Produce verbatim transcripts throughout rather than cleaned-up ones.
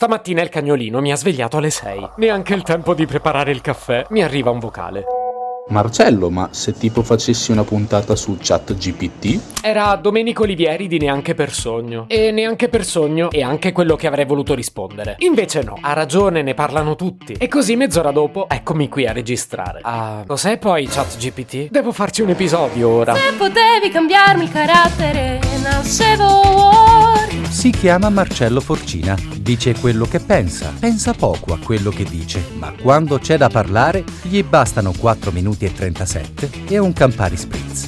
Stamattina il cagnolino mi ha svegliato alle sei. Neanche il tempo di preparare il caffè. Mi arriva un vocale. Marcello, ma se tipo facessi una puntata su ChatGPT? Era Domenico Olivieri di Neanche per Sogno. E Neanche per Sogno è anche quello che avrei voluto rispondere. Invece no, ha ragione, ne parlano tutti. E così mezz'ora dopo, eccomi qui a registrare. Ah, cos'è poi ChatGPT? Devo farci un episodio ora. Se potevi cambiarmi il carattere, nascevo Word. Si chiama Marcello Forcina, dice quello che pensa, pensa poco a quello che dice, ma quando c'è da parlare gli bastano quattro minuti e trentasette e un Campari Spritz.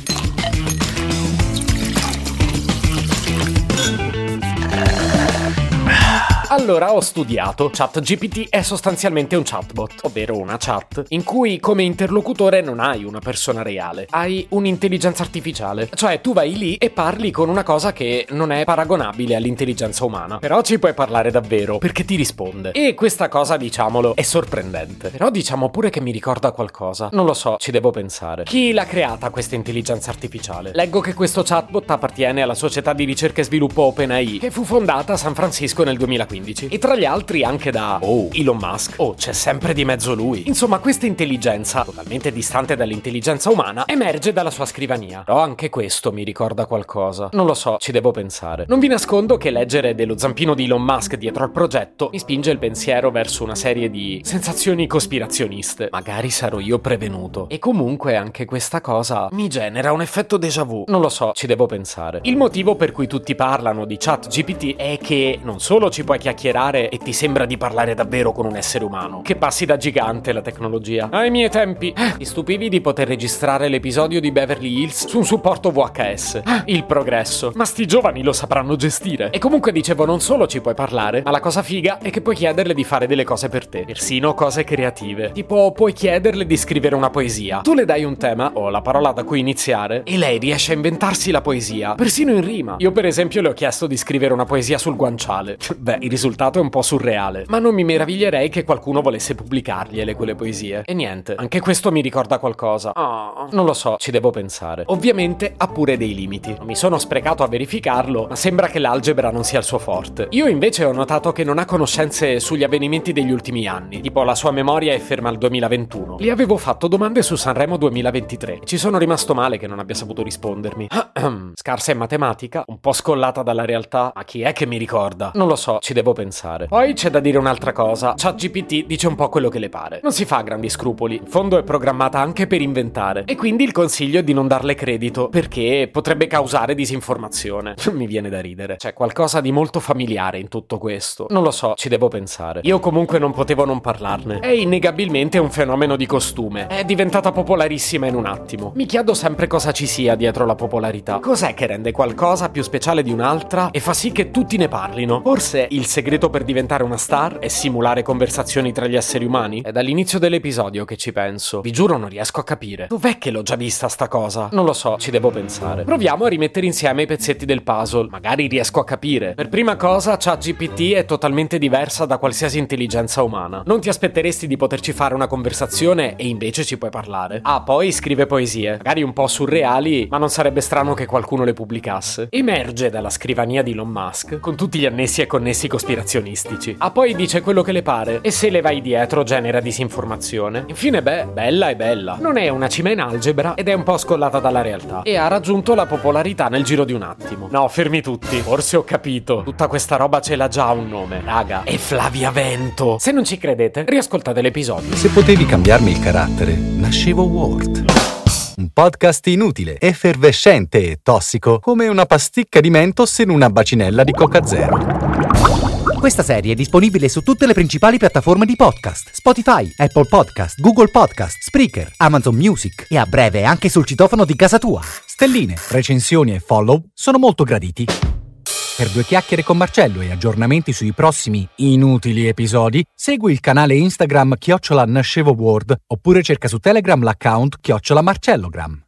Allora ho studiato. ChatGPT è sostanzialmente un chatbot, ovvero una chat, in cui come interlocutore non hai una persona reale, hai un'intelligenza artificiale. Cioè tu vai lì e parli con una cosa che non è paragonabile all'intelligenza umana, però ci puoi parlare davvero, perché ti risponde. E questa cosa, diciamolo, è sorprendente. Però diciamo pure che mi ricorda qualcosa. Non lo so, ci devo pensare. Chi l'ha creata questa intelligenza artificiale? Leggo che questo chatbot appartiene alla società di ricerca e sviluppo OpenAI, che fu fondata a San Francisco nel duemilaquindici. E tra gli altri anche da oh, Elon Musk. Oh, c'è sempre di mezzo lui. Insomma, questa intelligenza, totalmente distante dall'intelligenza umana, emerge dalla sua scrivania. Però anche questo mi ricorda qualcosa. Non lo so, ci devo pensare. Non vi nascondo che leggere dello zampino di Elon Musk dietro al progetto mi spinge il pensiero verso una serie di sensazioni cospirazioniste. Magari sarò io prevenuto. E comunque anche questa cosa mi genera un effetto déjà vu. Non lo so, ci devo pensare. Il motivo per cui tutti parlano di ChatGPT è che non solo ci puoi chiacchierare e ti sembra di parlare davvero con un essere umano, che passi da gigante la tecnologia. Ai miei tempi eh, ti stupivi di poter registrare l'episodio di Beverly Hills su un supporto V H S. Eh, il progresso. Ma sti giovani lo sapranno gestire. E comunque dicevo, non solo ci puoi parlare, ma la cosa figa è che puoi chiederle di fare delle cose per te, persino cose creative. Tipo puoi chiederle di scrivere una poesia. Tu le dai un tema o la parola da cui iniziare e lei riesce a inventarsi la poesia, persino in rima. Io per esempio le ho chiesto di scrivere una poesia sul guanciale. Beh, il risultato è un po' surreale, ma non mi meraviglierei che qualcuno volesse pubblicargliele quelle poesie. E niente, anche questo mi ricorda qualcosa. Oh, non lo so, ci devo pensare. Ovviamente ha pure dei limiti. Non mi sono sprecato a verificarlo, ma sembra che l'algebra non sia il suo forte. Io invece ho notato che non ha conoscenze sugli avvenimenti degli ultimi anni, tipo la sua memoria è ferma al duemilaventuno. Gli avevo fatto domande su Sanremo duemilaventitré e ci sono rimasto male che non abbia saputo rispondermi. Scarsa in matematica, un po' scollata dalla realtà, ma chi è che mi ricorda? Non lo so, ci devo pensare. Poi c'è da dire un'altra cosa. ChatGPT dice un po' quello che le pare. Non si fa grandi scrupoli. In fondo è programmata anche per inventare. E quindi il consiglio è di non darle credito, perché potrebbe causare disinformazione. Mi viene da ridere. C'è qualcosa di molto familiare in tutto questo. Non lo so, ci devo pensare. Io comunque non potevo non parlarne. È innegabilmente un fenomeno di costume. È diventata popolarissima in un attimo. Mi chiedo sempre cosa ci sia dietro la popolarità. Cos'è che rende qualcosa più speciale di un'altra e fa sì che tutti ne parlino? Forse il segreto per diventare una star è simulare conversazioni tra gli esseri umani? È dall'inizio dell'episodio che ci penso. Vi giuro non riesco a capire. Dov'è che l'ho già vista sta cosa? Non lo so, ci devo pensare. Proviamo a rimettere insieme i pezzetti del puzzle. Magari riesco a capire. Per prima cosa, ChatGPT è totalmente diversa da qualsiasi intelligenza umana. Non ti aspetteresti di poterci fare una conversazione e invece ci puoi parlare. Ah, poi scrive poesie. Magari un po' surreali, ma non sarebbe strano che qualcuno le pubblicasse. Emerge dalla scrivania di Elon Musk, con tutti gli annessi e connessi cospirazionistici. Ah, poi dice quello che le pare e se le vai dietro genera disinformazione. Infine, beh, bella è bella. Non è una cima in algebra ed è un po' scollata dalla realtà e ha raggiunto la popolarità nel giro di un attimo. No, fermi tutti. Forse ho capito. Tutta questa roba ce l'ha già un nome. Raga, è Flavia Vento. Se non ci credete, riascoltate l'episodio. Se potevi cambiarmi il carattere, nascevo Word. Un podcast inutile, effervescente e tossico, come una pasticca di Mentos in una bacinella di Coca Zero. Questa serie è disponibile su tutte le principali piattaforme di podcast: Spotify, Apple Podcast, Google Podcast, Spreaker, Amazon Music e a breve anche sul citofono di casa tua. Stelline, recensioni e follow sono molto graditi. Per due chiacchiere con Marcello e aggiornamenti sui prossimi inutili episodi, segui il canale Instagram chiocciola Nascevo Word oppure cerca su Telegram l'account chiocciola Marcellogram.